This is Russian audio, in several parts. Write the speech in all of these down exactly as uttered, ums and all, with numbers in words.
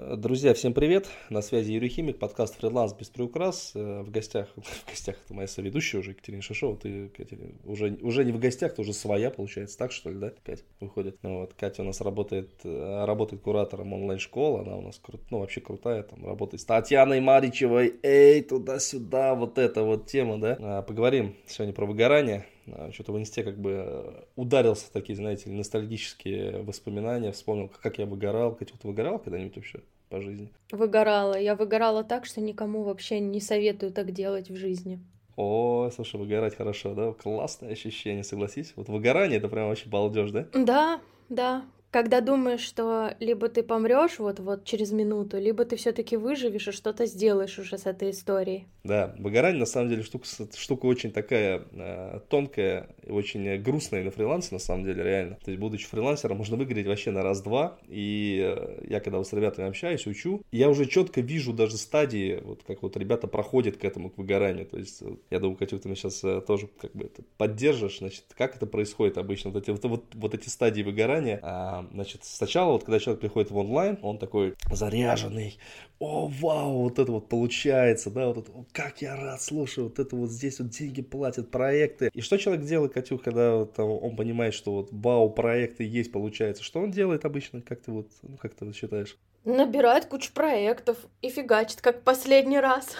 Друзья, всем привет! На связи Юрий Химик, подкаст «Фриланс без приукрас». В гостях, в гостях это моя соведущая уже, Екатерина Шишова. Ты, Катя, уже, уже не в гостях, ты уже своя, получается, так что ли, да, Катя, выходит? Ну, вот, Катя у нас работает, работает куратором онлайн-школы, она у нас, кру, ну, вообще крутая, там, работает с Татьяной Маричевой, эй, туда-сюда, вот эта вот тема, да. Поговорим сегодня про выгорание. Что-то в инсте как бы ударился в такие, знаете, ностальгические воспоминания, вспомнил, как я выгорал. Катя, вот выгорал когда-нибудь вообще по жизни? Выгорала. Я выгорала так, что никому вообще не советую так делать в жизни. О, слушай, выгорать хорошо, да? Классное ощущение, согласись? Вот выгорание — это прям вообще балдеж, да? Да, да. Когда думаешь, что либо ты помрешь вот-вот через минуту, либо ты все-таки выживешь и что-то сделаешь уже с этой историей. Да, выгорание на самом деле штука, штука очень такая э, тонкая и очень грустная на фрилансе, на самом деле, реально. То есть, будучи фрилансером, можно выгореть вообще на раз-два. И э, я когда вот с ребятами общаюсь, учу, я уже четко вижу даже стадии, вот как вот ребята проходят к этому, к выгоранию. То есть, я думаю, Катюк, ты меня сейчас э, тоже как бы это поддержишь. Значит, как это происходит обычно? Вот эти, вот, вот, вот эти стадии выгорания. А, значит, сначала, вот когда человек приходит в онлайн, он такой заряженный. О, вау, вот это вот получается, да, вот это, как я рад, слушай, вот это вот здесь вот деньги платят, проекты. И что человек делает, Катюх, когда вот, там, он понимает, что вот вау, проекты есть, получается? Что он делает обычно, как ты вот, ну, как ты вот считаешь? Набирает кучу проектов и фигачит, как последний раз.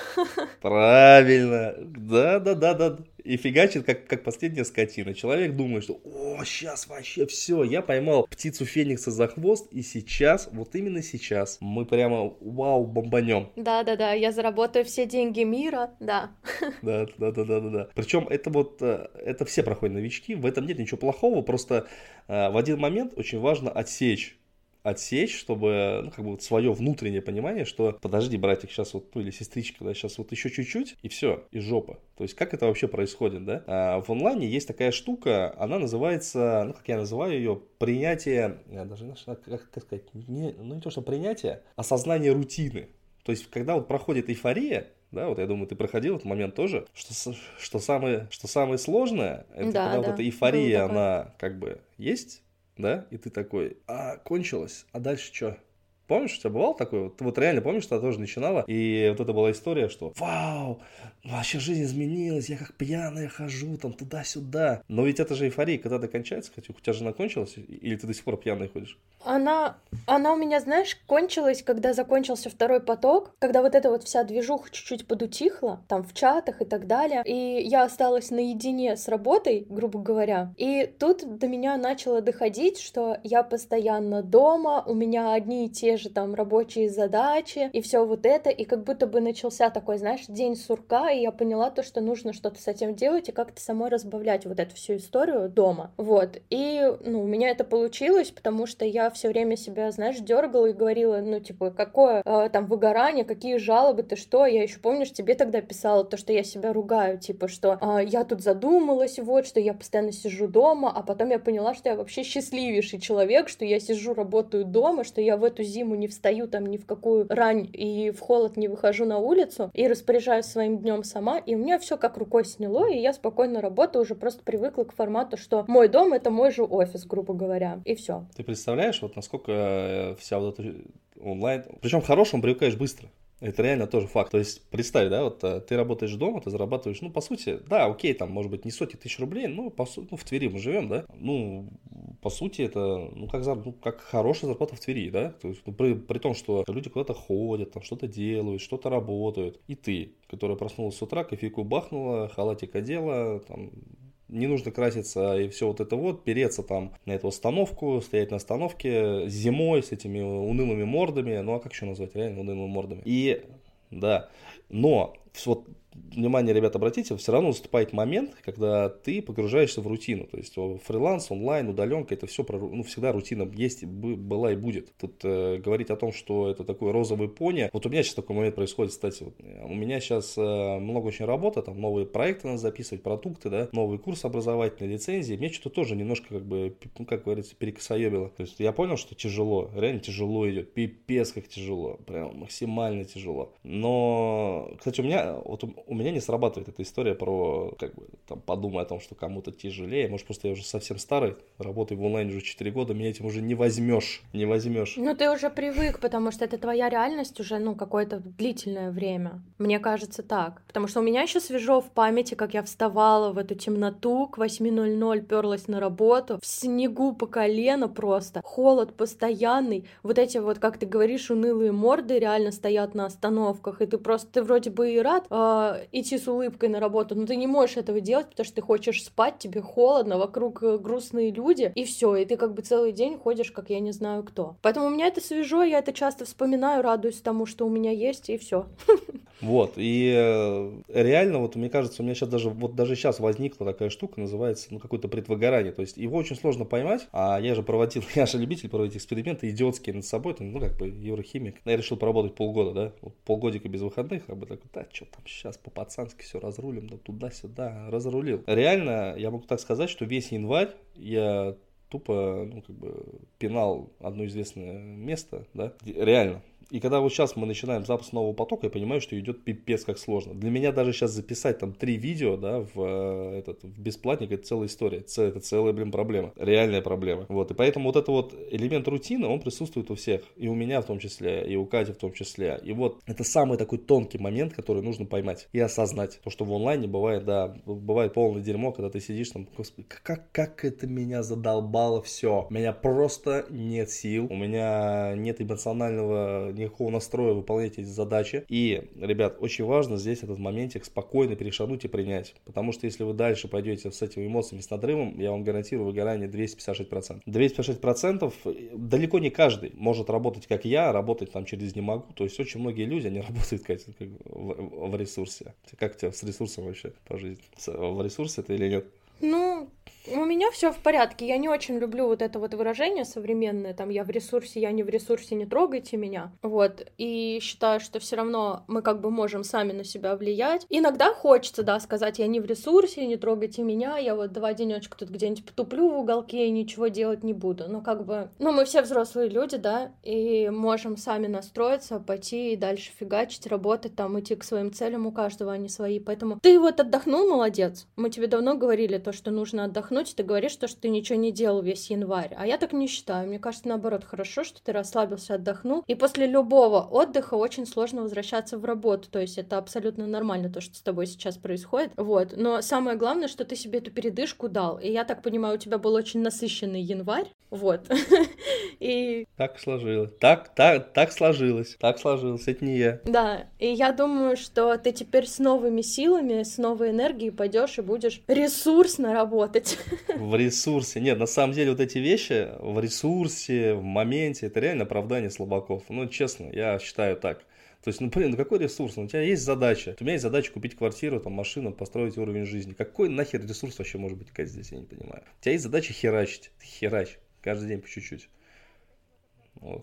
Правильно, да-да-да-да. И фигачит, как, как последняя скотина. Человек думает, что о, сейчас вообще все, я поймал птицу Феникса за хвост, и сейчас, вот именно сейчас, мы прямо вау, бомбанем. Да-да-да, я заработаю все деньги мира, да. Да, да, да, да, да, да. Причем это вот, э, это все проходят новички, в этом нет ничего плохого, просто э, в один момент очень важно отсечь. Отсечь, чтобы, ну, как бы вот свое внутреннее понимание, что подожди, братик, сейчас вот, ну, или сестричка, да, сейчас вот еще чуть-чуть, и все, и жопа. То есть, как это вообще происходит, да? А в онлайне есть такая штука, она называется, ну, как я называю ее, принятие, я даже, как, как сказать, не, ну, не то, что принятие, осознание рутины. То есть, когда вот проходит эйфория, да, вот я думаю, ты проходил этот момент тоже, что, что, самое, что самое сложное, это Да, когда вот да, эта было эйфория, такое. она как бы есть, да, и ты такой, а кончилось, а дальше что? Помнишь, у тебя бывало такое? Вот, ты вот реально помнишь, что ты тоже начинала, и вот это была история, что вау, вообще жизнь изменилась, я как пьяная хожу там туда-сюда. Но ведь это же эйфория, когда ты кончается, Катюх, у тебя же она кончилась, или ты до сих пор пьяный ходишь? Она, она у меня, знаешь, кончилась, когда закончился второй поток, когда вот эта вот вся движуха чуть-чуть подутихла, там в чатах и так далее, и я осталась наедине с работой, грубо говоря, и тут до меня начало доходить, что я постоянно дома, у меня одни и те же там рабочие задачи, и все вот это, и как будто бы начался такой, знаешь, день сурка, и я поняла то, что нужно что-то с этим делать и как-то самой разбавлять вот эту всю историю дома, вот, и, ну, у меня это получилось, потому что я все время себя, знаешь, дергала и говорила, ну, типа, какое э, там выгорание, какие жалобы, ты что? Я еще, помнишь, тебе тогда писала то, что я себя ругаю, типа, что э, я тут задумалась, вот, что я постоянно сижу дома, а потом я поняла, что я вообще счастливейший человек, что я сижу, работаю дома, что я в эту зиму не встаю там ни в какую рань и в холод не выхожу на улицу и распоряжаюсь своим днем сама, и у меня все как рукой сняло, и я спокойно работаю, уже просто привыкла к формату, что мой дом — это мой же офис, грубо говоря, и все. Ты представляешь, вот насколько вся вот эта онлайн... Причем к хорошему привыкаешь быстро. Это реально тоже факт. То есть, представь, да, вот ты работаешь дома, ты зарабатываешь, ну, по сути, да, окей, там, может быть, не сотни тысяч рублей, но, по сути, ну, в Твери мы живем, да, ну, по сути, это, ну, как, ну, как хорошая зарплата в Твери, да, то есть, ну, при, при том, что люди куда-то ходят, там, что-то делают, что-то работают, и ты, которая проснулась с утра, кофейку бахнула, халатик одела, там, не нужно краситься и все вот это вот, переться там на эту остановку, стоять на остановке зимой с этими унылыми мордами, ну а как еще назвать, реально унылыми мордами. И да, но вот внимание, ребят, обратите, все равно наступает момент, когда ты погружаешься в рутину. То есть фриланс, онлайн, удаленка, это все, ну, всегда рутина есть, была и будет. Тут э, говорить о том, что это такой розовый пони. Вот у меня сейчас такой момент происходит, кстати. Вот, у меня сейчас э, много очень работы, там новые проекты надо записывать, продукты, да, новый курс образовательной, лицензии. Мне что-то тоже немножко, как бы, ну, как говорится, перекосоебило. То есть я понял, что тяжело, реально тяжело идет, пипец как тяжело, прям максимально тяжело. Но, кстати, у меня, вот у меня не срабатывает эта история про, как бы, там, подумай о том, что кому-то тяжелее. Может, просто я уже совсем старый, работаю в онлайне уже четыре года, меня этим уже не возьмешь, не возьмешь. Ну, ты уже привык, потому что это твоя реальность уже, ну, какое-то длительное время. Мне кажется так. Потому что у меня еще свежо в памяти, как я вставала в эту темноту, к восьми ноль ноль перлась на работу, в снегу по колено просто, холод постоянный, вот эти вот, как ты говоришь, унылые морды реально стоят на остановках, и ты просто, ты вроде бы и рад э, идти с улыбкой на работу, но ты не можешь этого делать, потому что ты хочешь спать, тебе холодно, вокруг грустные люди, и все, и ты как бы целый день ходишь, как я не знаю кто. Поэтому у меня это свежо, я это часто вспоминаю, радуюсь тому, что у меня есть, и все. Вот, и э, реально, вот мне кажется, у меня сейчас даже, вот даже сейчас возникла такая штука, называется, ну, какое-то предвыгорание, то есть его очень сложно поймать, а я же проводил, я же любитель проводить эксперименты идиотские над собой, там, ну, как бы, еврохимик, я решил поработать полгода, да, вот, полгодика без выходных, как бы, такой, да, что там сейчас по-пацански все разрулим, да, туда-сюда, разрулил. Реально, я могу так сказать, что весь январь я тупо, ну, как бы, пинал одно известное место, да, реально. И когда вот сейчас мы начинаем запуск нового потока, я понимаю, что идет пипец как сложно. Для меня даже сейчас записать там три видео, да, в, этот, в бесплатник, это целая история, это целая, блин, проблема, реальная проблема. Вот, и поэтому вот этот вот элемент рутины, он присутствует у всех, и у меня в том числе, и у Кати в том числе. И вот это самый такой тонкий момент, который нужно поймать и осознать. То, что в онлайне бывает, да, бывает полное дерьмо, когда ты сидишь там, господи, как, как это меня задолбало все. У меня просто нет сил, у меня нет эмоционального никакого настроя выполнять эти задачи. И, ребят, очень важно здесь этот моментик спокойно перешагнуть и принять. Потому что если вы дальше пойдете с этими эмоциями, с надрывом, я вам гарантирую выгорание двести пятьдесят шесть процентов. двести пятьдесят шесть процентов далеко не каждый может работать, как я, работать там через не могу. То есть очень многие люди, они работают как, как в, в ресурсе. Как у тебя с ресурсом вообще по жизни? В ресурсе это или нет? Ну, у меня все в порядке. Я не очень люблю вот это вот выражение современное, там, я в ресурсе, я не в ресурсе, не трогайте меня. Вот, и считаю, что все равно мы как бы можем сами на себя влиять. Иногда хочется, да, сказать, я не в ресурсе, не трогайте меня, я вот два денечка тут где-нибудь потуплю в уголке и ничего делать не буду. Но как бы, ну, мы все взрослые люди, да, и можем сами настроиться, пойти и дальше фигачить, работать, там, идти к своим целям, у каждого они свои. Поэтому ты вот отдохнул, молодец. Мы тебе давно говорили то, что нужно отдохнуть, ты говоришь то, что ты ничего не делал весь январь. А я так не считаю. Мне кажется, наоборот, хорошо, что ты расслабился, отдохнул. И после любого отдыха очень сложно возвращаться в работу. То есть это абсолютно нормально, то, что с тобой сейчас происходит. Вот. Но самое главное, что ты себе эту передышку дал. И я так понимаю, у тебя был очень насыщенный январь. Вот. И... Так сложилось. Так, так, так сложилось. Так сложилось. Это не я. Да. И я думаю, что ты теперь с новыми силами, с новой энергией пойдешь и будешь ресурсно работать. В ресурсе. Нет, на самом деле вот эти вещи в ресурсе, в моменте, это реально оправдание слабаков. Ну, честно, я считаю так. То есть, ну, блин, ну какой ресурс? Ну, у тебя есть задача. У меня есть задача купить квартиру, там, машину, построить уровень жизни. Какой нахер ресурс вообще может быть здесь, я не понимаю. У тебя есть задача херачить. Ты херач. Каждый день по чуть-чуть. Вот.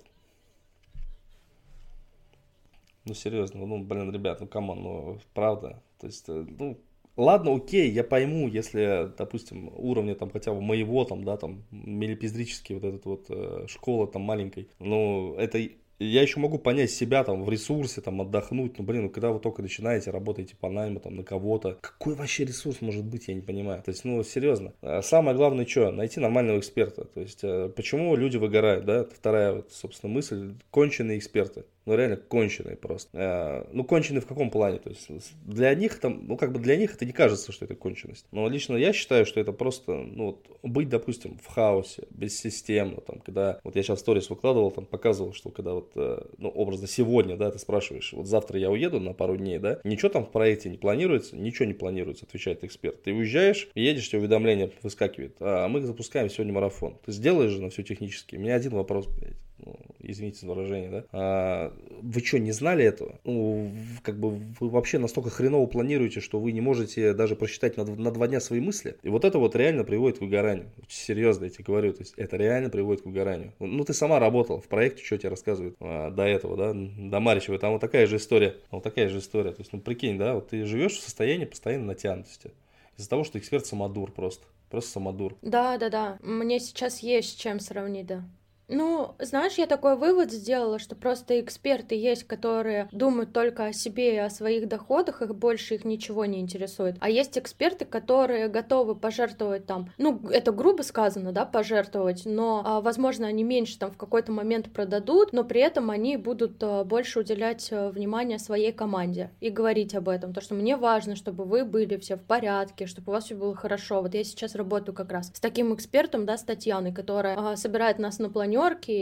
Ну, серьезно, ну, блин, ребят, ну, камон, ну, правда. То есть, ну, ладно, окей, я пойму, если, допустим, уровня там хотя бы моего, там, да, там, мелепиздрический вот этот вот э, школа там маленькой, ну, это я еще могу понять себя там в ресурсе, там, отдохнуть, ну, блин, ну, когда вы только начинаете, работаете по найму, там, на кого-то, какой вообще ресурс может быть, я не понимаю, то есть, ну, серьезно, самое главное, что, найти нормального эксперта, то есть, почему люди выгорают, да, это вторая, вот, собственно, мысль, конченые эксперты. Ну, реально конченые просто. Ну, конченые в каком плане? То есть, для них там, ну, как бы для них это не кажется, что это конченость. Но лично я считаю, что это просто, ну, вот, быть, допустим, в хаосе, бессистемно, там, когда, вот я сейчас в сторис выкладывал, там, показывал, что когда вот, ну, образно сегодня, да, ты спрашиваешь, вот завтра я уеду на пару дней, да, ничего там в проекте не планируется, ничего не планируется, отвечает эксперт. Ты уезжаешь, едешь, тебе уведомление выскакивает, а мы запускаем сегодня марафон. Ты сделаешь же на все технически. У меня один вопрос, блядь. Ну, извините за выражение, да? А, вы что, не знали этого? Ну, как бы вы вообще настолько хреново планируете, что вы не можете даже просчитать на, на два дня свои мысли. И вот это вот реально приводит к выгоранию. Серьезно, я тебе говорю. То есть это реально приводит к выгоранию. Ну, ты сама работала в проекте, что тебе рассказывают а, до этого, да? До Маричева. Там вот такая же история. Вот такая же история. То есть, ну, прикинь, да? Вот ты живешь в состоянии постоянной натянутости. Из-за того, что эксперт самодур просто. Просто самодур. Да, да, да. Мне сейчас есть с чем сравнить, да. Ну, знаешь, я такой вывод сделала, что просто эксперты есть, которые думают только о себе и о своих доходах, их больше их ничего не интересует. А есть эксперты, которые готовы пожертвовать там, ну, это грубо сказано, да, пожертвовать, но, а, возможно, они меньше там в какой-то момент продадут, но при этом они будут а, больше уделять а, внимание своей команде и говорить об этом, то, что мне важно, чтобы вы были все в порядке, чтобы у вас все было хорошо. Вот я сейчас работаю как раз с таким экспертом, да, с Татьяной, которая а, собирает нас на планерке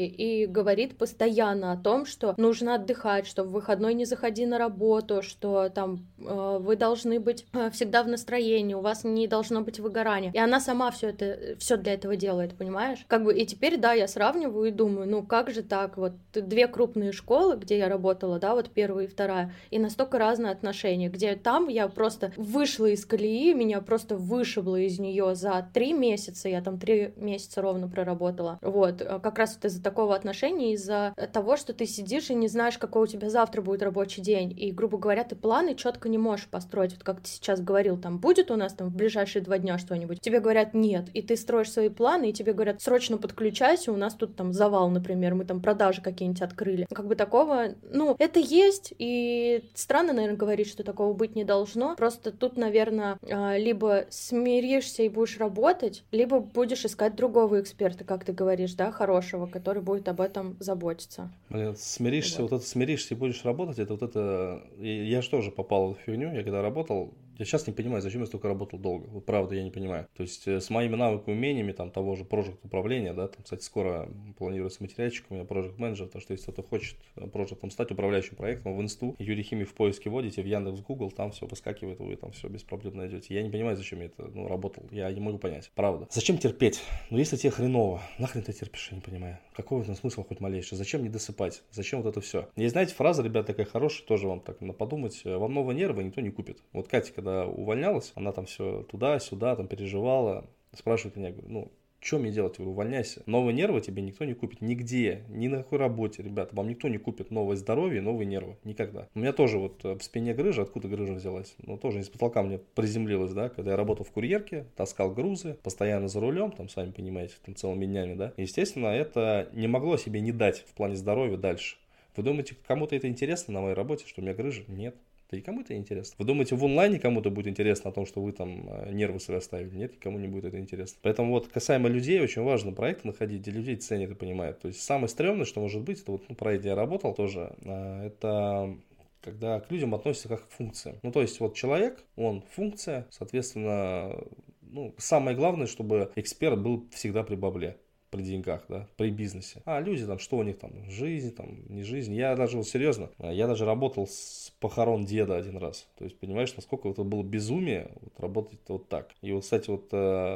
и говорит постоянно о том, что нужно отдыхать, что в выходной не заходи на работу, что там э, вы должны быть э, всегда в настроении, у вас не должно быть выгорания. И она сама все это, все для этого делает, понимаешь? Как бы и теперь, да, я сравниваю и думаю, ну как же так, вот две крупные школы, где я работала, да, вот первая и вторая, и настолько разные отношения, где там я просто вышла из колеи, меня просто вышибло из нее за три месяца, я там три месяца ровно проработала, вот, как раз вот из-за такого отношения, из-за того, что ты сидишь и не знаешь, какой у тебя завтра будет рабочий день, и, грубо говоря, ты планы четко не можешь построить, вот как ты сейчас говорил, там, будет у нас там в ближайшие два дня что-нибудь, тебе говорят нет, и ты строишь свои планы, и тебе говорят, срочно подключайся, у нас тут там завал, например, мы там продажи какие-нибудь открыли, как бы такого, ну, это есть, и странно, наверное, говорить, что такого быть не должно, просто тут, наверное, либо смиришься и будешь работать, либо будешь искать другого эксперта, как ты говоришь, да, хорошего, который будет об этом заботиться. Блин, смиришься, вот. вот это смиришься и будешь работать, это вот это... Я же тоже попал в эту фигню, я когда работал, я сейчас не понимаю, зачем я столько работал долго, вот правда я не понимаю. То есть с моими навыками, умениями, там, того же проект управления, да, там, кстати, скоро планируется материальчик, у меня проект менеджер, потому что если кто-то хочет проектом стать, управляющим проектом, в инсту, Юрий Химий в поиске вводите, в Яндекс, Google, там все выскакивает, вы там все без проблем найдете. Я не понимаю, зачем я это, ну, работал, я не могу понять, правда. Зачем терпеть? Ну, если тебе хреново, нахрен ты терпишь, я не понимаю. Какой в этом смысл хоть малейший? Зачем не досыпать? Зачем вот это все? И знаете, фраза, ребят, такая хорошая, тоже вам так надо подумать. Вам нового нерва никто не купит. Вот Катя, когда увольнялась, она там все туда-сюда, там переживала. Спрашивает меня, говорю, ну, что мне делать? Я говорю, увольняйся. Новые нервы тебе никто не купит. Нигде, ни на какой работе, ребята. Вам никто не купит новое здоровье, новые нервы. Никогда. У меня тоже вот в спине грыжа. Откуда грыжа взялась? Ну, тоже из потолка мне приземлилась, да. Когда я работал в курьерке, таскал грузы, постоянно за рулем, там, сами понимаете, там целыми днями, да. Естественно, это не могло себе не дать в плане здоровья дальше. Вы думаете, кому-то это интересно на моей работе, что у меня грыжа? Нет. Да и кому это интересно. Вы думаете, в онлайне кому-то будет интересно о том, что вы там нервы свои оставили? Нет, никому не будет это интересно. Поэтому вот касаемо людей, очень важно проекты находить, где людей ценят и понимают. То есть самое стрёмное, что может быть, это вот ну, проект, где я работал тоже, это когда к людям относятся как к функциям. Ну, то есть вот человек, он функция, соответственно, ну, самое главное, чтобы эксперт был всегда при бабле. При деньгах, да, при бизнесе. А люди там, что у них там, жизнь, там, не жизнь. Я даже, вот серьезно, я даже работал с похорон деда один раз. То есть, понимаешь, насколько это было безумие, вот, работать вот так. И вот, кстати, вот,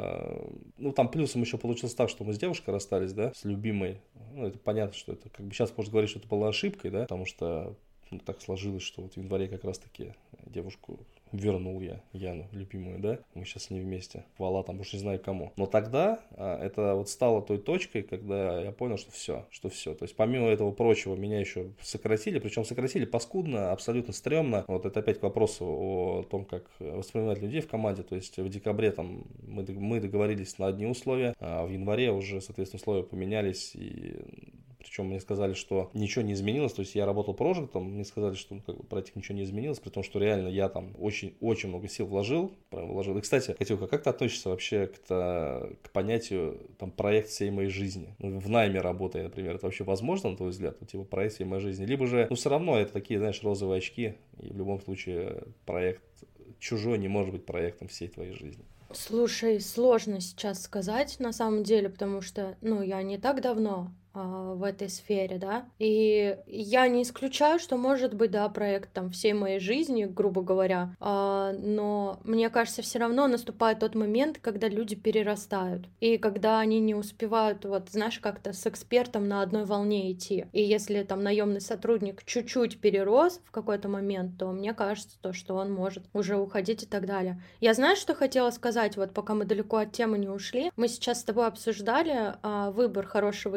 э, ну, там плюсом еще получилось так, что мы с девушкой расстались, да, с любимой. Ну, это понятно, что это, как бы, сейчас можно говорить, что это была ошибкой, да, потому что ну, так сложилось, что вот в январе как раз-таки девушку вернул я, Яну, любимую, да, мы сейчас не вместе, хвала там, уж не знаю кому. Но тогда а, это вот стало той точкой, когда я понял, что все, что все. То есть помимо этого прочего меня еще сократили, причем сократили паскудно, абсолютно стрёмно. Вот это опять к вопросу о том, как воспринимать людей в команде. То есть в декабре там мы, мы договорились на одни условия, а в январе уже, соответственно, условия поменялись, и причем мне сказали, что ничего не изменилось, то есть я работал прожектом, мне сказали, что ну, как бы, про этих ничего не изменилось, при том, что реально я там очень-очень много сил вложил, прям вложил. И, кстати, Катюха, как ты относишься вообще к, к понятию там проект всей моей жизни? Ну, в найме работая, например, это вообще возможно, на твой взгляд, ну, типа проект всей моей жизни? Либо же, ну, все равно это такие, знаешь, розовые очки, и в любом случае проект чужой не может быть проектом всей твоей жизни. Слушай, сложно сейчас сказать на самом деле, потому что, ну, я не так давно в этой сфере, да, и я не исключаю, что может быть, да, проект там всей моей жизни, грубо говоря, но мне кажется, все равно наступает тот момент, когда люди перерастают, и когда они не успевают, вот, знаешь, как-то с экспертом на одной волне идти, и если там наемный сотрудник чуть-чуть перерос в какой-то момент, то мне кажется, то, что он может уже уходить и так далее. Я знаю, что хотела сказать, вот пока мы далеко от темы не ушли, мы сейчас с тобой обсуждали а, выбор хорошего эксперта,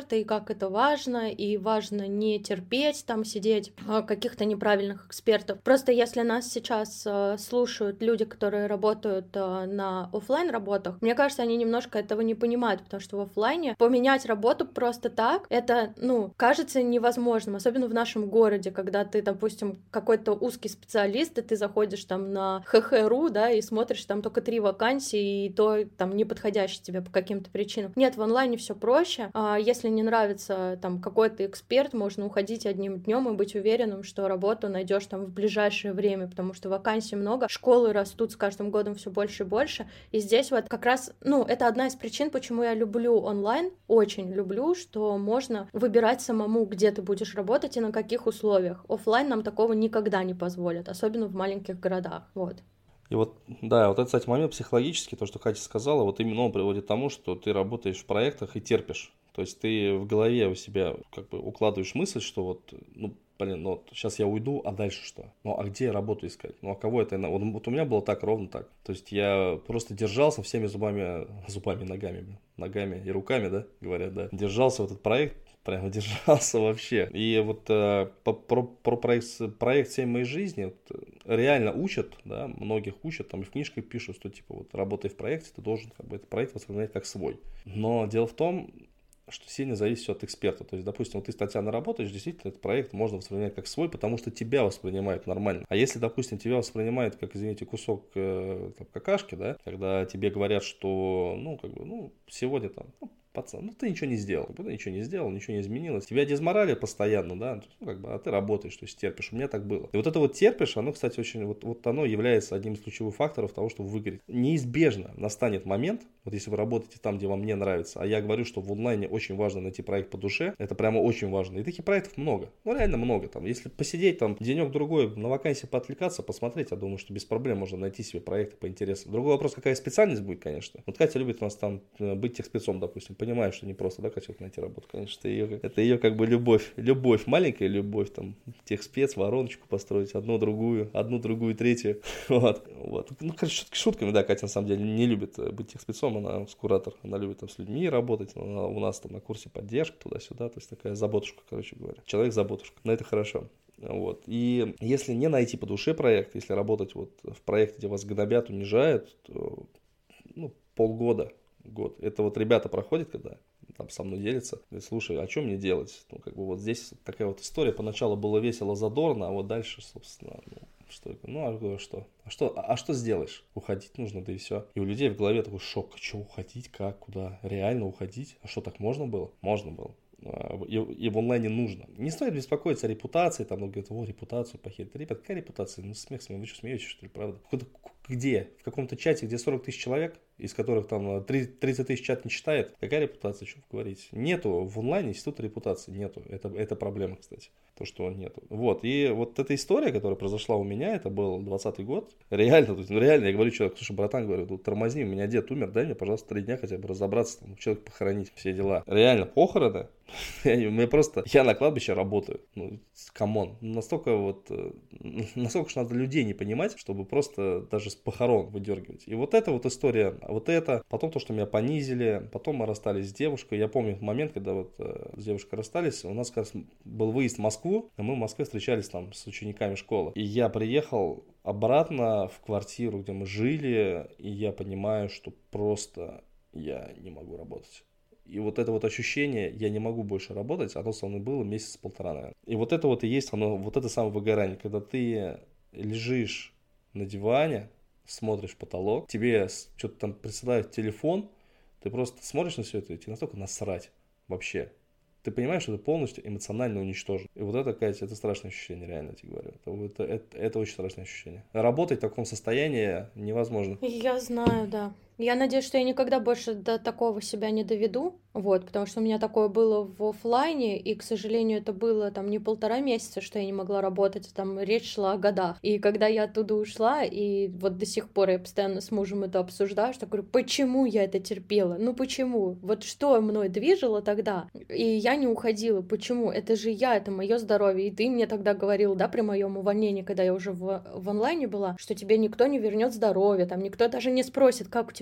эксперты, и как это важно, и важно не терпеть там сидеть а, каких-то неправильных экспертов. Просто если нас сейчас а, слушают люди, которые работают а, на офлайн работах, мне кажется, они немножко этого не понимают, потому что в офлайне поменять работу просто так, это, ну, кажется невозможным, особенно в нашем городе, когда ты, допустим, какой-то узкий специалист, и ты заходишь там на ха ха ру, да, и смотришь там только три вакансии, и то там не подходящие тебе по каким-то причинам. Нет, в онлайне все проще. А если не нравится там какой-то эксперт, можно уходить одним днем и быть уверенным, что работу найдешь там в ближайшее время, потому что вакансий много, школы растут с каждым годом все больше и больше, и здесь вот как раз, ну, это одна из причин, почему я люблю онлайн, очень люблю, что можно выбирать самому, где ты будешь работать и на каких условиях. Оффлайн нам такого никогда не позволят, особенно в маленьких городах, вот. И вот, да, вот этот, кстати, момент психологический, то, что Катя сказала, вот именно он приводит к тому, что ты работаешь в проектах и терпишь. То есть ты в голове у себя как бы укладываешь мысль, что вот, ну, блин, ну вот сейчас я уйду, а дальше что? Ну, а где работу искать? Ну, а кого это? Вот, вот у меня было так, ровно так. То есть я просто держался всеми зубами, зубами, ногами, ногами и руками, да, говорят, да. Держался в этот проект, прямо держался вообще. И вот э, по, про, про проект, проект всей моей жизни вот, реально учат, да, многих учат, там и в книжках пишут, что типа вот работая в проекте, ты должен как бы этот проект воспринимать как свой. Но дело в том, что сильно зависит все от эксперта. То есть, допустим, вот ты, Татьяна, работаешь, действительно, этот проект можно воспринимать как свой, потому что тебя воспринимают нормально. А если, допустим, тебя воспринимают как, извините, кусок э, там, какашки, да, когда тебе говорят, что, ну, как бы, ну, сегодня там, ну, пацан, ну ты ничего не сделал, ты ничего не сделал, ничего не изменилось. Тебя дезморали постоянно, да, ну, как бы, а ты работаешь, то есть терпишь. У меня так было. И вот это вот терпишь, оно, кстати, очень, вот, вот оно является одним из ключевых факторов того, чтобы выгореть. Неизбежно настанет момент, вот если вы работаете там, где вам не нравится, а я говорю, что в онлайне очень важно найти проект по душе, это прямо очень важно. И таких проектов много, ну реально много. Там, если посидеть там денек-другой на вакансии поотвлекаться, посмотреть, я думаю, что без проблем можно найти себе проекты по интересам. Другой вопрос, какая специальность будет, конечно. Вот Катя любит у нас там быть техспецом, допустим. Понимаю, что не просто, да, Катя, найти работу, конечно, это ее, это ее как бы любовь, любовь, маленькая любовь, там, техспец, вороночку построить, одну, другую, одну, другую, третью, вот, вот. Ну, короче, шутками, да, Катя на самом деле не любит быть техспецом, она куратор, она любит там с людьми работать, она у нас там на курсе поддержки туда-сюда, то есть такая заботушка, короче говоря, человек-заботушка, но это хорошо. Вот. И если не найти по душе проект, если работать вот в проекте, где вас гнобят, унижают, то, ну, полгода, год. Это вот ребята проходят, когда там со мной делятся, говорят, слушай, а что мне делать? Ну, как бы вот здесь такая вот история, поначалу было весело, задорно, а вот дальше, собственно, ну, что, ну, а говорю, что? А что, а что сделаешь? Уходить нужно, да и все. И у людей в голове такой шок, что уходить, как, куда? Реально уходить? А что, так можно было? Можно было. И, и в онлайне нужно. Не стоит беспокоиться о репутации, там, говорят, о, репутацию похерить. Ребят, какая репутация? Ну, смех смех, вы что, смеетесь, что ли, правда? Где? В каком-то чате, где сорок тысяч человек, из которых там тридцать тысяч чат не читает, какая репутация, что вы говорите? Нету в онлайне института репутации, нету. Это, это проблема, кстати, то, что нету. Вот, и вот эта история, которая произошла у меня, это был двадцатый год, реально, то есть, ну реально, я говорю человеку, слушай, братан, говорю, ну, тормозни, у меня дед умер, дай мне, пожалуйста, три дня хотя бы разобраться, там, человека похоронить, все дела. Реально, похороны, мне просто, я на кладбище работаю, ну, камон, настолько вот, настолько же надо людей не понимать, чтобы просто даже с похорон выдергивать. И вот эта вот история, вот это, потом то, что меня понизили, потом мы расстались с девушкой. Я помню момент, когда вот э, с девушкой расстались, у нас как раз был выезд в Москву, и мы в Москве встречались там с учениками школы. И я приехал обратно в квартиру, где мы жили, и я понимаю, что просто я не могу работать. И вот это вот ощущение, я не могу больше работать, оно со мной было месяц-полтора, наверное. И вот это вот и есть оно, вот это самое выгорание, когда ты лежишь на диване, смотришь в потолок, тебе что-то там присылают телефон, ты просто смотришь на все это, и тебе настолько насрать вообще. Ты понимаешь, что ты полностью эмоционально уничтожен. И вот это, Катя, это страшное ощущение, реально, я тебе говорю. Это, это, это, это очень страшное ощущение. Работать в таком состоянии невозможно. Я знаю, да. Я надеюсь, что я никогда больше до такого себя не доведу, вот, потому что у меня такое было в оффлайне, и, к сожалению, это было там не полтора месяца, что я не могла работать, там речь шла о годах. И когда я оттуда ушла, и вот до сих пор я постоянно с мужем это обсуждаю, что говорю, почему я это терпела? Ну почему? Вот что мной движило тогда? И я не уходила. Почему? Это же я, это мое здоровье. И ты мне тогда говорил, да, при моем увольнении, когда я уже в, в онлайне была, что тебе никто не вернет здоровье, там никто даже не спросит, как у тебя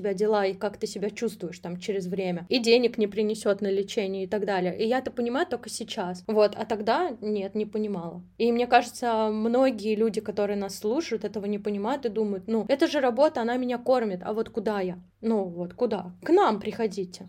тебя дела и как ты себя чувствуешь там через время, и денег не принесет на лечение и так далее. И я это понимаю только сейчас. Вот, а тогда нет, не понимала. И мне кажется, многие люди, которые нас слушают, этого не понимают и думают, ну, это же работа, она меня кормит, а вот куда я? Ну, вот куда? К нам приходите.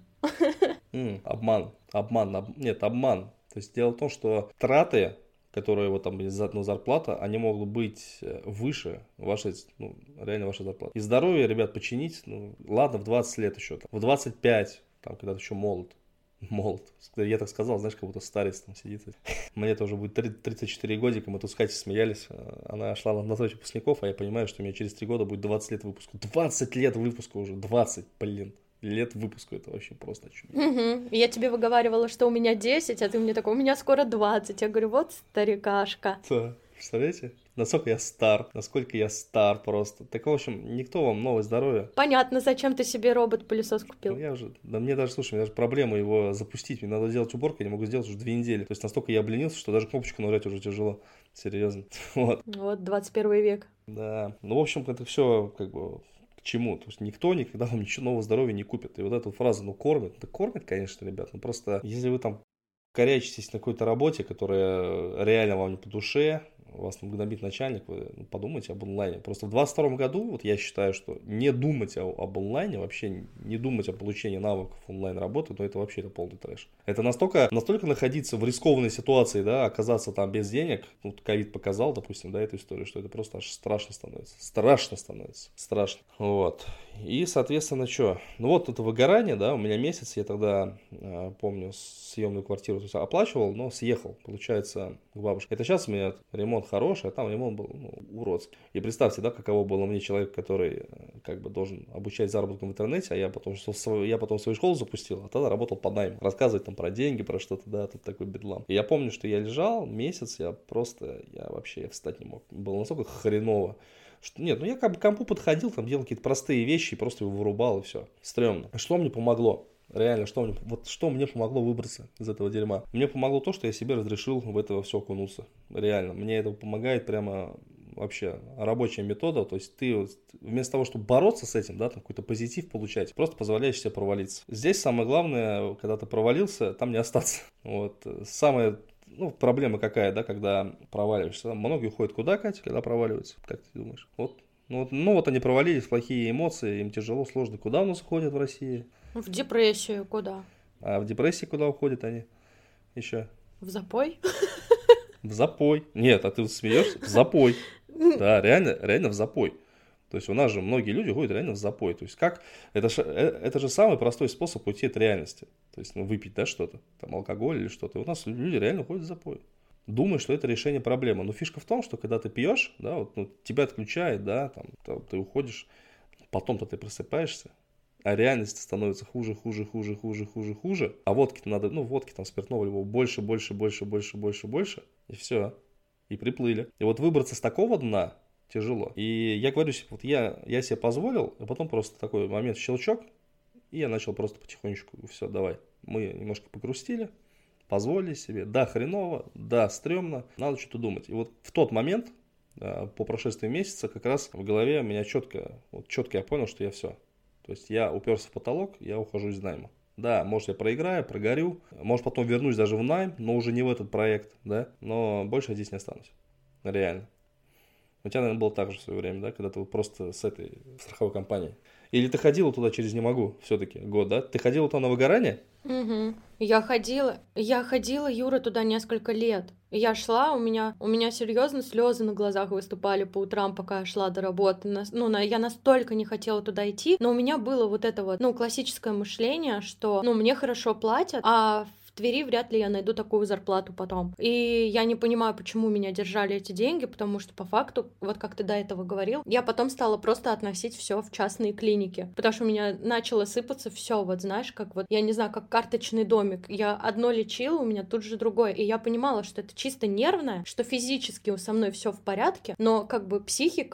Mm, обман, обман, об... нет, обман. То есть дело в том, что траты, которые вот там ну, зарплата, они могут быть выше вашей, ну, реально вашей зарплаты. И здоровье, ребят, починить, ну, ладно, в двадцать лет еще, там, в двадцать пять, там, когда ты еще молод. Молод. Я так сказал, знаешь, как будто старец там сидит. Мне тоже будет тридцать четыре годика, мы тут с Катей смеялись. Она шла на встречу выпускников, а я понимаю, что у меня через три года будет двадцать лет выпуска. двадцать лет выпуска уже, двадцать, блин. Лет выпуска, это вообще просто чудо. Угу. Я тебе выговаривала, что у меня десять, а ты мне такой, у меня скоро двадцать. Я говорю, вот старикашка. Да, представляете? Насколько я стар, насколько я стар просто. Так, в общем, никто вам новое здоровье. Понятно, зачем ты себе робот-пылесос купил. Ну, я уже, да мне даже, слушай, мне даже проблема его запустить. Мне надо делать уборку, я не могу сделать уже две недели. То есть настолько я обленился, что даже кнопочку нажать уже тяжело. Серьезно. Вот. Вот, двадцать первый век. Да. Ну, в общем, это все как бы... К чему? То есть никто никогда вам ничего нового здоровья не купит. И вот эту фразу, ну, кормит. Да кормит, конечно, ребят. Ну, просто если вы там корячитесь на какой-то работе, которая реально вам не по душе, вас гнобит начальник, вы подумайте об онлайне. Просто в двадцать втором году, вот я считаю, что не думать о, об онлайне, вообще не думать о получении навыков онлайн-работы, то это вообще это полный трэш. Это настолько, настолько находиться в рискованной ситуации, да, оказаться там без денег, вот ковид показал, допустим, да, эту историю, что это просто аж страшно становится. Страшно становится. Страшно. Вот. И, соответственно, что? Ну вот это выгорание, да, у меня месяц, я тогда, э, помню, съемную квартиру то есть, оплачивал, но съехал, получается, к бабушке. Это сейчас у меня ремонт хороший, а там ремонт был, ну, уродский. И представьте, да, каково было мне человек, который как бы должен обучать заработку в интернете, а я потом, что свою, я потом свою школу запустил, а тогда работал по найму. Рассказывать там про деньги, про что-то, да, тут такой бедлам. И я помню, что я лежал месяц, я просто, я вообще встать не мог. Было настолько хреново. Что, нет, ну я как бы к компу подходил, там делал какие-то простые вещи, и просто его вырубал, и все. Стрёмно. Что мне помогло? Реально, что мне, вот что мне помогло выбраться из этого дерьма? Мне помогло то, что я себе разрешил в это все окунуться. Реально, мне это помогает прямо вообще рабочая метода. То есть ты вместо того, чтобы бороться с этим, да, там какой-то позитив получать, просто позволяешь себе провалиться. Здесь самое главное, когда ты провалился, там не остаться. Вот. Самое, ну, проблема какая, да, когда проваливаешься. Многие уходят куда, Катя, когда проваливаются? Как ты думаешь? Вот. Ну, вот, ну вот они провалились, плохие эмоции, им тяжело, сложно. Куда у нас уходят в России? В депрессию куда? А в депрессии куда уходят они еще? В запой? В запой. Нет, а ты смеешься? В запой. Да, реально, реально в запой. То есть у нас же многие люди уходят реально в запой. То есть как? Это же, это же самый простой способ уйти от реальности. То есть ну, выпить, да, что-то, там алкоголь или что-то. И у нас люди реально уходят в запой. Думаешь, что это решение проблемы. Но фишка в том, что когда ты пьешь, да, вот, ну, тебя отключает, да, там, там, ты уходишь, потом-то ты просыпаешься, а реальность становится хуже, хуже, хуже, хуже, хуже, хуже. А водки-то надо, ну, водки там спиртного любого больше, больше, больше, больше, больше, больше. И все. И приплыли. И вот выбраться с такого дна тяжело. И я говорю, вот я, я себе позволил, а потом просто такой момент щелчок, и я начал просто потихонечку, все, давай. Мы немножко погрустили, позволили себе. Да, хреново, да, стрёмно, надо что-то думать. И вот в тот момент, по прошествии месяца, как раз в голове меня четко, вот четко я понял, что я все. То есть я уперся в потолок, я ухожу из найма. Да, может я проиграю, прогорю, может потом вернусь даже в найм, но уже не в этот проект, да, но больше я здесь не останусь. Реально. У тебя, наверное, было так же в свое время, да, когда ты вот просто с этой страховой компанией. Или ты ходила туда через «не могу» все-таки год, да? Ты ходила туда на выгорание? Угу. Я ходила, я ходила, Юра, туда несколько лет. Я шла, у меня, у меня серьезно слезы на глазах выступали по утрам, пока я шла до работы. Ну, на, я настолько не хотела туда идти, но у меня было вот это вот, ну, классическое мышление, что, ну, мне хорошо платят, а в Твери вряд ли я найду такую зарплату потом. И я не понимаю, почему меня держали эти деньги, потому что по факту, вот как ты до этого говорил, я потом стала просто относить все в частные клиники, потому что у меня начало сыпаться все, вот знаешь, как вот, я не знаю, как карточный домик. Я одно лечила, у меня тут же другое, и я понимала, что это чисто нервное, что физически со мной все в порядке, но как бы психика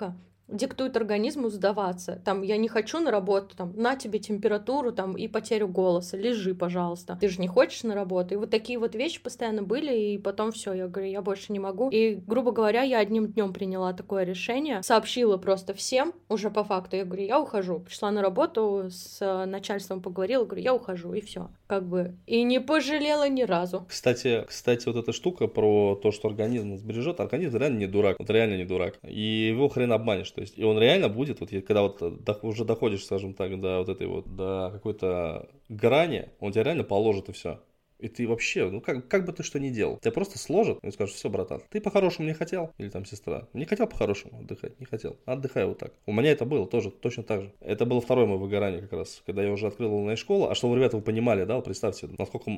диктует организму сдаваться. Там, я не хочу на работу, там, на тебе температуру, там, и потерю голоса, лежи, пожалуйста. Ты же не хочешь на работу. И вот такие вот вещи постоянно были, и потом все, я говорю, я больше не могу. И, грубо говоря, я одним днем приняла такое решение, сообщила просто всем, уже по факту, я говорю, я ухожу. Пришла на работу, с начальством поговорила, говорю, я ухожу, и все. Как бы, и не пожалела ни разу. Кстати, кстати, вот эта штука про то, что организм сбережет, организм реально не дурак, вот реально не дурак. И его хрен обманешь, то есть, и он реально будет, вот когда вот до, уже доходишь, скажем так, до вот этой вот, до какой-то грани, он тебя реально положит и все. И ты вообще, ну как, как бы ты что ни делал, тебя просто сложат и скажут, все, братан, ты по-хорошему не хотел, или там сестра, не хотел по-хорошему отдыхать, не хотел, отдыхай вот так. У меня это было тоже точно так же. Это было второе мое выгорание как раз, когда я уже открыл онлайн-школу. А чтобы, ребята, вы понимали, да, вот представьте, насколько,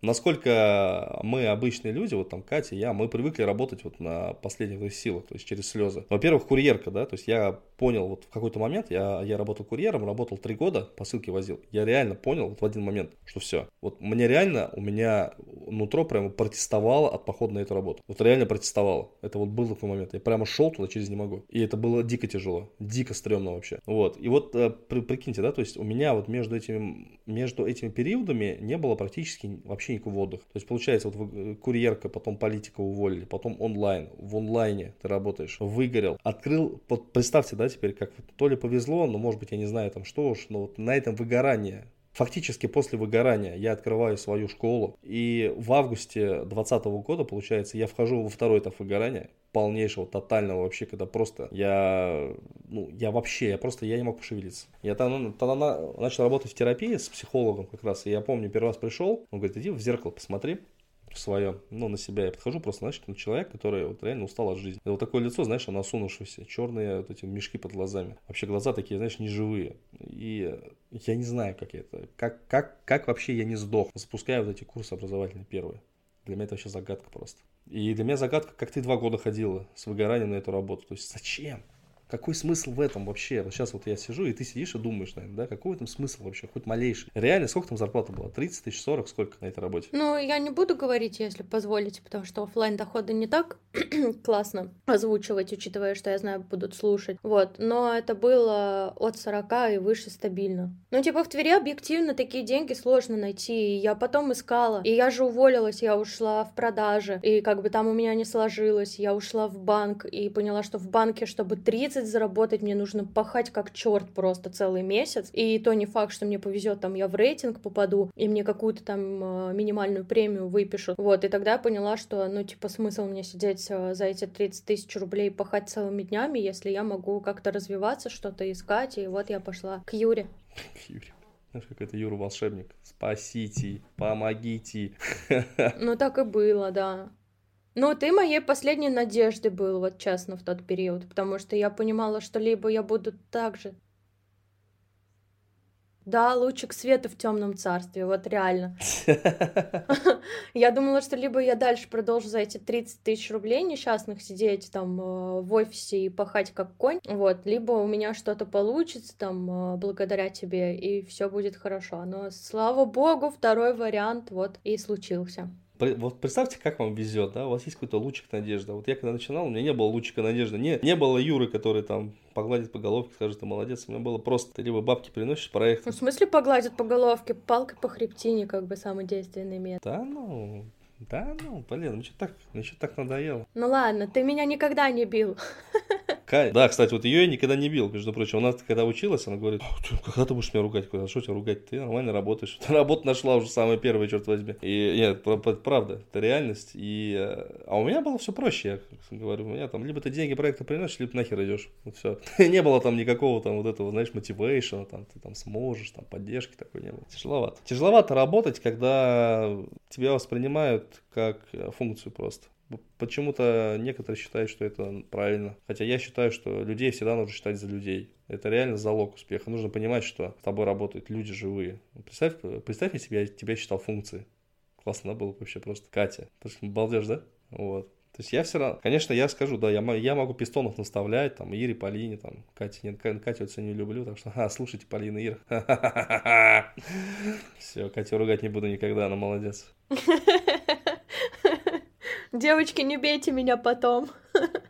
насколько мы обычные люди, вот там Катя, я, мы привыкли работать вот на последних силах, то есть через слезы. Во-первых, курьерка, да, то есть я понял вот в какой-то момент, я, я работал курьером, работал три года, посылки возил. Я реально понял вот в один момент, что все, вот мне реально, у меня меня нутро прямо протестовало от похода на эту работу. Вот реально протестовало. Это вот был такой момент. Я прямо шел туда, через не могу. И это было дико тяжело. Дико стрёмно вообще. Вот. И вот при, прикиньте, да, то есть у меня вот между этими, между этими периодами не было практически вообще никакого отдыха. То есть получается, вот курьерка, потом политика уволили, потом онлайн. В онлайне ты работаешь. Выгорел. Открыл, вот представьте, да, теперь как то ли повезло, но может быть я не знаю там что уж, но вот на этом выгорании. Фактически после выгорания я открываю свою школу, и в августе двадцатого года, получается, я вхожу во второй этап выгорания, полнейшего, тотального вообще, когда просто я, ну, я вообще, я просто, я не мог пошевелиться. Я тогда, тогда начал работать в терапии с психологом как раз, и я помню, первый раз пришел, он говорит, иди в зеркало посмотри. Свое, ну, на себя я подхожу, просто, знаешь, на человек, который вот реально устал от жизни. И вот такое лицо, знаешь, оно осунувшееся, черные вот эти мешки под глазами. Вообще глаза такие, знаешь, неживые. И я не знаю, как это, как, как, как вообще я не сдох, запуская вот эти курсы образовательные первые. Для меня это вообще загадка просто. И для меня загадка, как ты два года ходила с выгоранием на эту работу. То есть зачем? Какой смысл в этом вообще? Вот сейчас вот я сижу, и ты сидишь и думаешь, наверное, да, какой в этом смысл вообще, хоть малейший. Реально, сколько там зарплата была? тридцать тысяч, сорок, сколько на этой работе? Ну, я не буду говорить, если позволите, потому что офлайн доходы не так классно озвучивать, учитывая, что я знаю, будут слушать. Вот, но это было от сорока и выше стабильно. Ну, типа, в Твери объективно такие деньги сложно найти, и я потом искала. И я же уволилась, я ушла в продажи, и как бы там у меня не сложилось, я ушла в банк, и поняла, что в банке, чтобы тридцать заработать, мне нужно пахать как черт просто целый месяц, и то не факт, что мне повезет, там я в рейтинг попаду, и мне какую-то там минимальную премию выпишут, вот, и тогда я поняла, что, ну, типа, смысл мне сидеть за эти тридцать тысяч рублей пахать целыми днями, если я могу как-то развиваться, что-то искать, и вот я пошла к Юре. К Юре. Знаешь, как это Юра волшебник. Спасите, помогите. Ну, так и было, да. Ну, ты моей последней надеждой был, вот честно, в тот период, потому что я понимала, что либо я буду так же... Да, лучик света в темном царстве, вот реально. Я думала, что либо я дальше продолжу за эти тридцать тысяч рублей несчастных сидеть там в офисе и пахать как конь, вот, либо у меня что-то получится там благодаря тебе, и все будет хорошо. Но, слава богу, второй вариант вот и случился. Вот представьте, как вам везет, да, у вас есть какой-то лучик надежды. Вот я когда начинал, у меня не было лучика надежды, не, не было Юры, который там погладит по головке, скажет, ты молодец. У меня было просто, ты либо бабки приносишь, проект. Ну, в смысле погладит по головке? Палкой по хребтине, как бы, самый действенный метод. Да ну, да ну, блин, мне что так, мне что так надоело. Ну ладно, ты меня никогда не бил. Кай. Да, кстати, вот ее я никогда не бил, между прочим. Она когда училась, она говорит, когда ты будешь меня ругать? А что тебя ругать? Ты нормально работаешь. Ты работу нашла уже самая первая, черт возьми. И нет, правда, это реальность. И, а у меня было все проще, я говорю. У меня там либо ты деньги проекта приносишь, либо нахер идешь. Вот все. Не было там никакого там вот этого, знаешь, мотивейшена, там ты там сможешь, там поддержки такой не было. Тяжеловато. Тяжеловато работать, когда тебя воспринимают как функцию просто. Почему-то некоторые считают, что это правильно. Хотя я считаю, что людей всегда нужно считать за людей. Это реально залог успеха. Нужно понимать, что с тобой работают люди живые. Представь, представь, если бы я тебя считал функцией. Классно было бы вообще просто. Катя. Балдеж, да? Вот. То есть я все равно, конечно, я скажу, да, я, я могу пистонов наставлять, там, Ире, Полине, там, Кате, нет, Катю я не люблю, так что, а, слушайте, Полина, Ира. Все, Катю ругать не буду никогда, она молодец. Девочки, не бейте меня потом.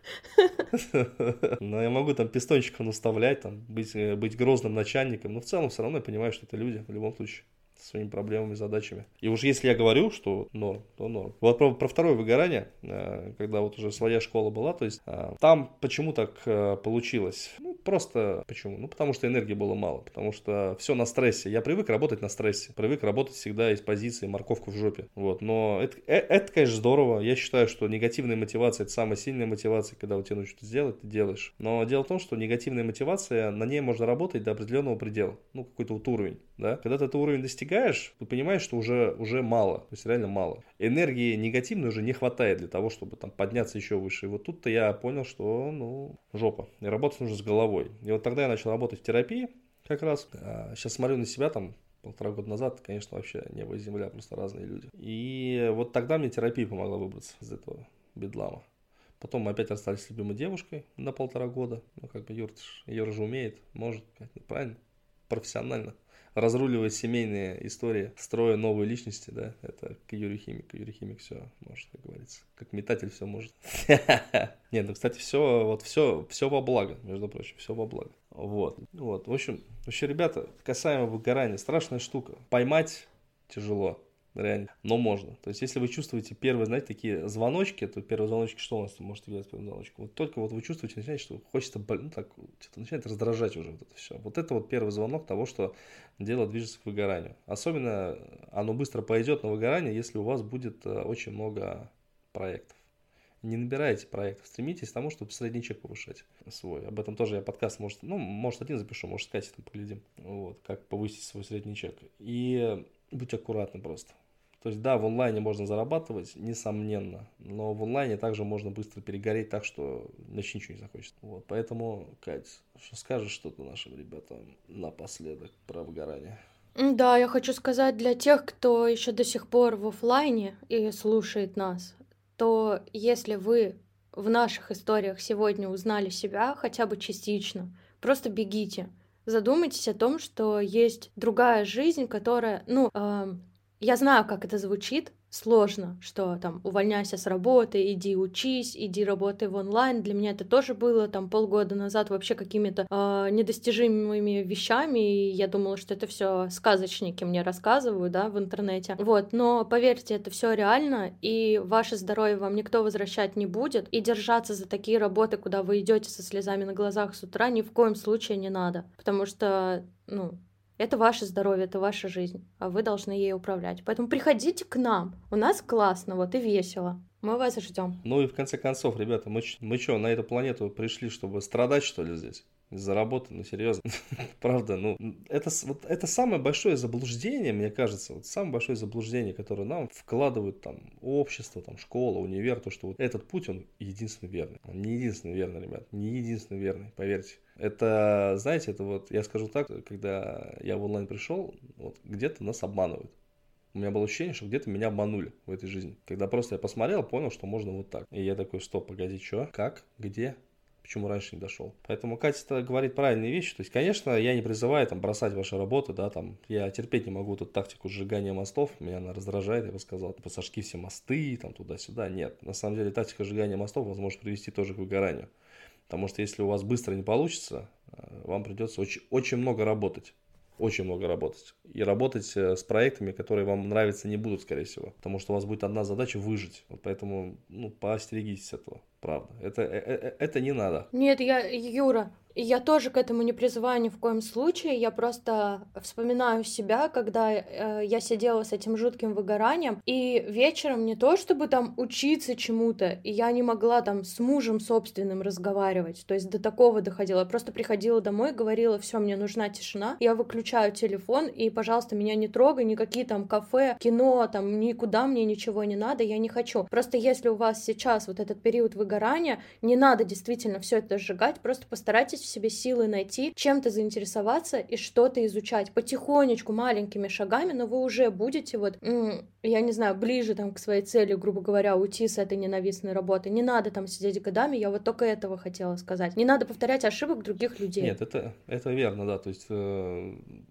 Но я могу там пистончиков наставлять, там, быть, э, быть грозным начальником, но в целом все равно я понимаю, что это люди в любом случае со своими проблемами, задачами. И уж если я говорю, что норм, то норм. Вот про, про второе выгорание, э, когда вот уже своя школа была, то есть э, там почему так э, получилось? Ну, просто почему? Ну, потому что энергии было мало, потому что все на стрессе. Я привык работать на стрессе, привык работать всегда из позиции морковку в жопе. Вот, но это, э, это, конечно, здорово. Я считаю, что негативная мотивация — это самая сильная мотивация, когда вот тебе нужно что-то сделать, ты делаешь. Но дело в том, что негативная мотивация, на ней можно работать до определенного предела, ну, какой-то вот уровень, да. Когда ты этот уровень достигаешь, ты понимаешь, что уже, уже мало, то есть реально мало. Энергии негативной уже не хватает для того, чтобы там подняться еще выше. И вот тут-то я понял, что, ну, жопа. И работать нужно с головой. И вот тогда я начал работать в терапии как раз. А сейчас смотрю на себя там полтора года назад, конечно, вообще небо и земля, просто разные люди. И вот тогда мне терапия помогла выбраться из этого бедлама. Потом мы опять расстались с любимой девушкой на полтора года. Ну, как бы Юра, Юра же умеет, может, правильно, профессионально. Разруливая семейные истории, строя новые личности, да, это к Юрию Химик. Юрий Химик все может, как говорится. Как метатель все может. Нет, ну, кстати, все, вот все, все во благо, между прочим, все во благо. Вот, вот. В общем, вообще, ребята, касаемо выгорания, страшная штука. Поймать тяжело. Реально, но можно. То есть, если вы чувствуете первые, знаете, такие звоночки, то первые звоночки, что у нас может являться первым звоночком? Вот только вот вы чувствуете, начинаете, что хочется, ну так, что-то начинает раздражать уже вот это все. Вот это вот первый звонок того, что дело движется к выгоранию. Особенно оно быстро пойдет на выгорание, если у вас будет очень много проектов. Не набирайте проектов, стремитесь к тому, чтобы средний чек повышать свой. Об этом тоже я подкаст, может, ну, может один запишу, может с Катей там поглядим. Вот, как повысить свой средний чек. И будьте аккуратны просто. То есть, да, в онлайне можно зарабатывать, несомненно, но в онлайне также можно быстро перегореть так, что вообще ничего не захочется. Вот, поэтому, Кать, что скажешь что-то нашим ребятам напоследок про выгорание? Да, я хочу сказать для тех, кто еще до сих пор в офлайне и слушает нас, то если вы в наших историях сегодня узнали себя хотя бы частично, просто бегите. Задумайтесь о том, что есть другая жизнь, которая, ну, эм, я знаю, как это звучит, сложно, что там увольняйся с работы, иди учись, иди работай в онлайн. Для меня это тоже было там полгода назад вообще какими-то э, недостижимыми вещами, и я думала, что это все сказочники мне рассказывают, да, в интернете. Вот, но поверьте, это все реально, и ваше здоровье вам никто возвращать не будет, и держаться за такие работы, куда вы идете со слезами на глазах с утра, ни в коем случае не надо, потому что, ну, это ваше здоровье, это ваша жизнь, а вы должны ей управлять. Поэтому приходите к нам. У нас классно, вот и весело. Мы вас ждем. Ну и в конце концов, ребята, мы, мы что, на эту планету пришли, чтобы страдать, что ли, здесь? Из-за работы, ну серьезно. Правда, ну это, вот, это самое большое заблуждение, мне кажется, вот самое большое заблуждение, которое нам вкладывают там общество, там школа, универ, то, что вот этот путь, он единственный верный. Он не единственный верный, ребят, не единственный верный, поверьте. Это, знаете, это вот, я скажу так, когда я в онлайн пришел, вот где-то нас обманывают. У меня было ощущение, что где-то меня обманули в этой жизни. Когда просто я посмотрел, понял, что можно вот так. И я такой, стоп, погоди, что? Как? Где? Почему раньше не дошел? Поэтому Катя говорит правильные вещи. То есть, конечно, я не призываю там бросать ваши работы, да, там, я терпеть не могу эту тактику сжигания мостов, меня она раздражает, я бы сказал, типа, сожги все мосты, там, туда-сюда. Нет, на самом деле, тактика сжигания мостов возможно привести тоже к выгоранию. Потому что если у вас быстро не получится, вам придется очень, очень много работать. Очень много работать. И работать с проектами, которые вам нравятся, не будут, скорее всего. Потому что у вас будет одна задача — выжить. Вот поэтому, ну, поостерегитесь этого. Правда. Это, это, это не надо. Нет, я, Юра, я тоже к этому не призываю ни в коем случае. Я просто вспоминаю себя, когда э, я сидела с этим жутким выгоранием, и вечером не то, чтобы там учиться чему-то, и я не могла там с мужем собственным разговаривать. То есть до такого доходила. Я просто приходила домой, говорила: все, мне нужна тишина, я выключаю телефон, и, пожалуйста, меня не трогай, никакие там кафе, кино, там никуда мне ничего не надо, я не хочу. Просто если у вас сейчас вот этот период выгорания, не надо действительно все это сжигать, просто постарайтесь в себе силы найти, чем-то заинтересоваться и что-то изучать потихонечку, маленькими шагами, но вы уже будете вот, я не знаю, ближе там к своей цели, грубо говоря, уйти с этой ненавистной работы. Не надо там сидеть годами, я вот только этого хотела сказать. Не надо повторять ошибок других людей. Нет, это, это верно, да, то есть... Э...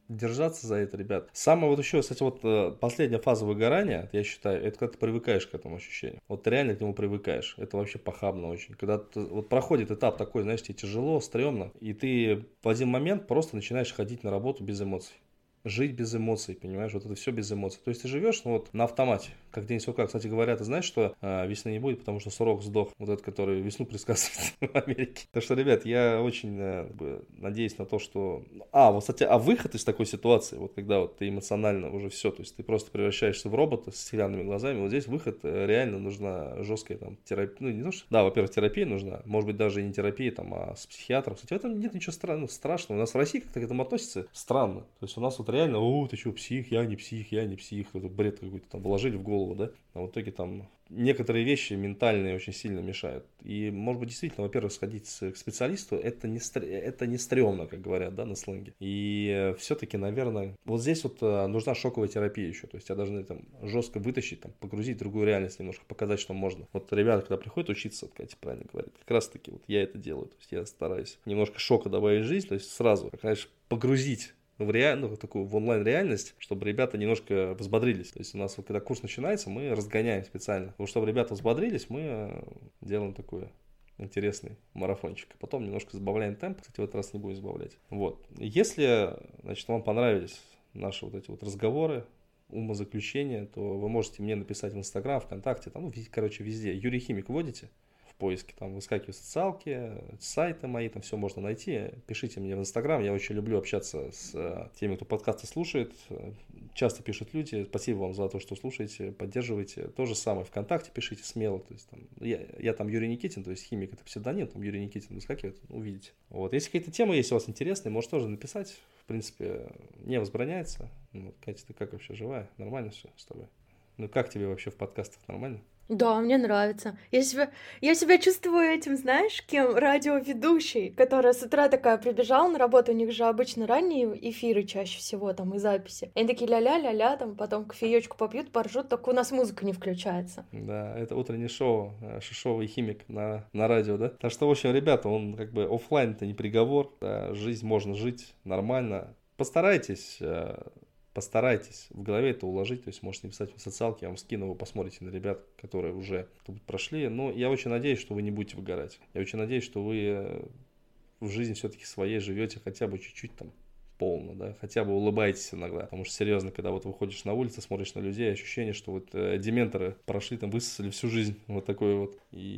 держаться за это, ребят. Самое вот еще, кстати, вот э, последняя фаза выгорания, я считаю, это когда ты привыкаешь к этому ощущению. Вот ты реально к нему привыкаешь. Это вообще похабно очень. Когда ты, вот проходит этап такой, знаешь, тебе тяжело, стрёмно, и ты в один момент просто начинаешь ходить на работу без эмоций. Жить без эмоций, понимаешь, вот это все без эмоций. То есть ты живешь, ну вот на автомате, как Денис Окак. Кстати говоря, ты знаешь, что а, весны не будет, потому что срок сдох, вот этот, который весну предсказывает в Америке. Так что, ребят, я очень а, надеюсь на то, что... А, вот, кстати, а выход из такой ситуации, вот когда вот ты эмоционально уже все, то есть ты просто превращаешься в робота с стеклянными глазами, вот здесь выход, реально нужна жесткая там терапия, ну не то, что... Да, во-первых, терапия нужна, может быть, даже и не терапия, там, а с психиатром. Кстати, в этом нет ничего страшного, страшного. У нас в России как-то к этому относится странно. То есть у нас вот реально, о, ты что, псих, я не псих, я не псих, это бред какой-то там вложили в голову, да, а в итоге там некоторые вещи ментальные очень сильно мешают. И, может быть, действительно, во-первых, сходить к специалисту, это не, стр... это не стрёмно, как говорят, да, на сленге. И все-таки, наверное, вот здесь вот нужна шоковая терапия еще, то есть тебя должны там жестко вытащить, там, погрузить в другую реальность немножко, показать, что можно. Вот ребята, когда приходят учиться, вот Катя правильно говорит, как раз таки вот я это делаю, то есть я стараюсь немножко шока добавить в жизнь, то есть сразу, как, знаешь, погрузить в реальную, ну, такую в онлайн-реальность, чтобы ребята немножко взбодрились. То есть у нас, вот, когда курс начинается, мы разгоняем специально. Вот, чтобы ребята взбодрились, мы делаем такой интересный марафончик. Потом немножко сбавляем темп. Кстати, в этот раз не будем сбавлять. Вот. Если, значит, вам понравились наши вот эти вот разговоры, умозаключения, то вы можете мне написать в Инстаграм, ВКонтакте, там, ну, короче, везде. Юрий Химик вводите. Поиске, там выскакивают социалки, сайты мои, там все можно найти. Пишите мне в Инстаграм, я очень люблю общаться с теми, кто подкасты слушает. Часто пишут люди, спасибо вам за то, что слушаете, поддерживаете. То же самое ВКонтакте пишите смело. То есть, там, я, я там Юрий Никитин, то есть Химик это псевдоним, там Юрий Никитин выскакивает, увидите. Вот. Если какие-то темы есть у вас интересные, можете тоже написать. В принципе, не возбраняется. Вот. Катя, ты как вообще, живая? Нормально все с тобой? Ну как тебе вообще в подкастах, нормально? Да, мне нравится. Я себя, я себя чувствую этим, знаешь, кем? Радиоведущей, которая с утра такая прибежала на работу, у них же обычно ранние эфиры чаще всего, там, и записи. И они такие ля-ля-ля-ля, там, потом кофеечку попьют, поржут, только у нас музыка не включается. Да, это утреннее шоу, шишовый химик на, на радио, да? Так что, в общем, ребята, он как бы офлайн это не приговор, да, жизнь можно жить нормально. Постарайтесь... Постарайтесь в голове это уложить, то есть можете написать в социалке, я вам скину, вы посмотрите на ребят, которые уже тут прошли. Но я очень надеюсь, что вы не будете выгорать. Я очень надеюсь, что вы в жизни все-таки своей живете хотя бы чуть-чуть там полно, да, хотя бы улыбайтесь иногда. Потому что серьезно, когда вот выходишь на улицу, смотришь на людей, ощущение, что вот э, дементоры прошли там, высосали всю жизнь. Вот такое вот.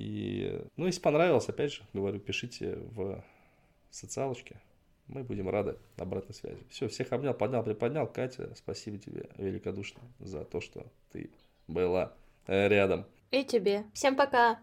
И, ну, если понравилось, опять же, говорю, пишите в социалочке. Мы будем рады обратной связи. Все, всех обнял, поднял, приподнял. Катя, спасибо тебе великодушно за то, что ты была рядом. И тебе. Всем пока!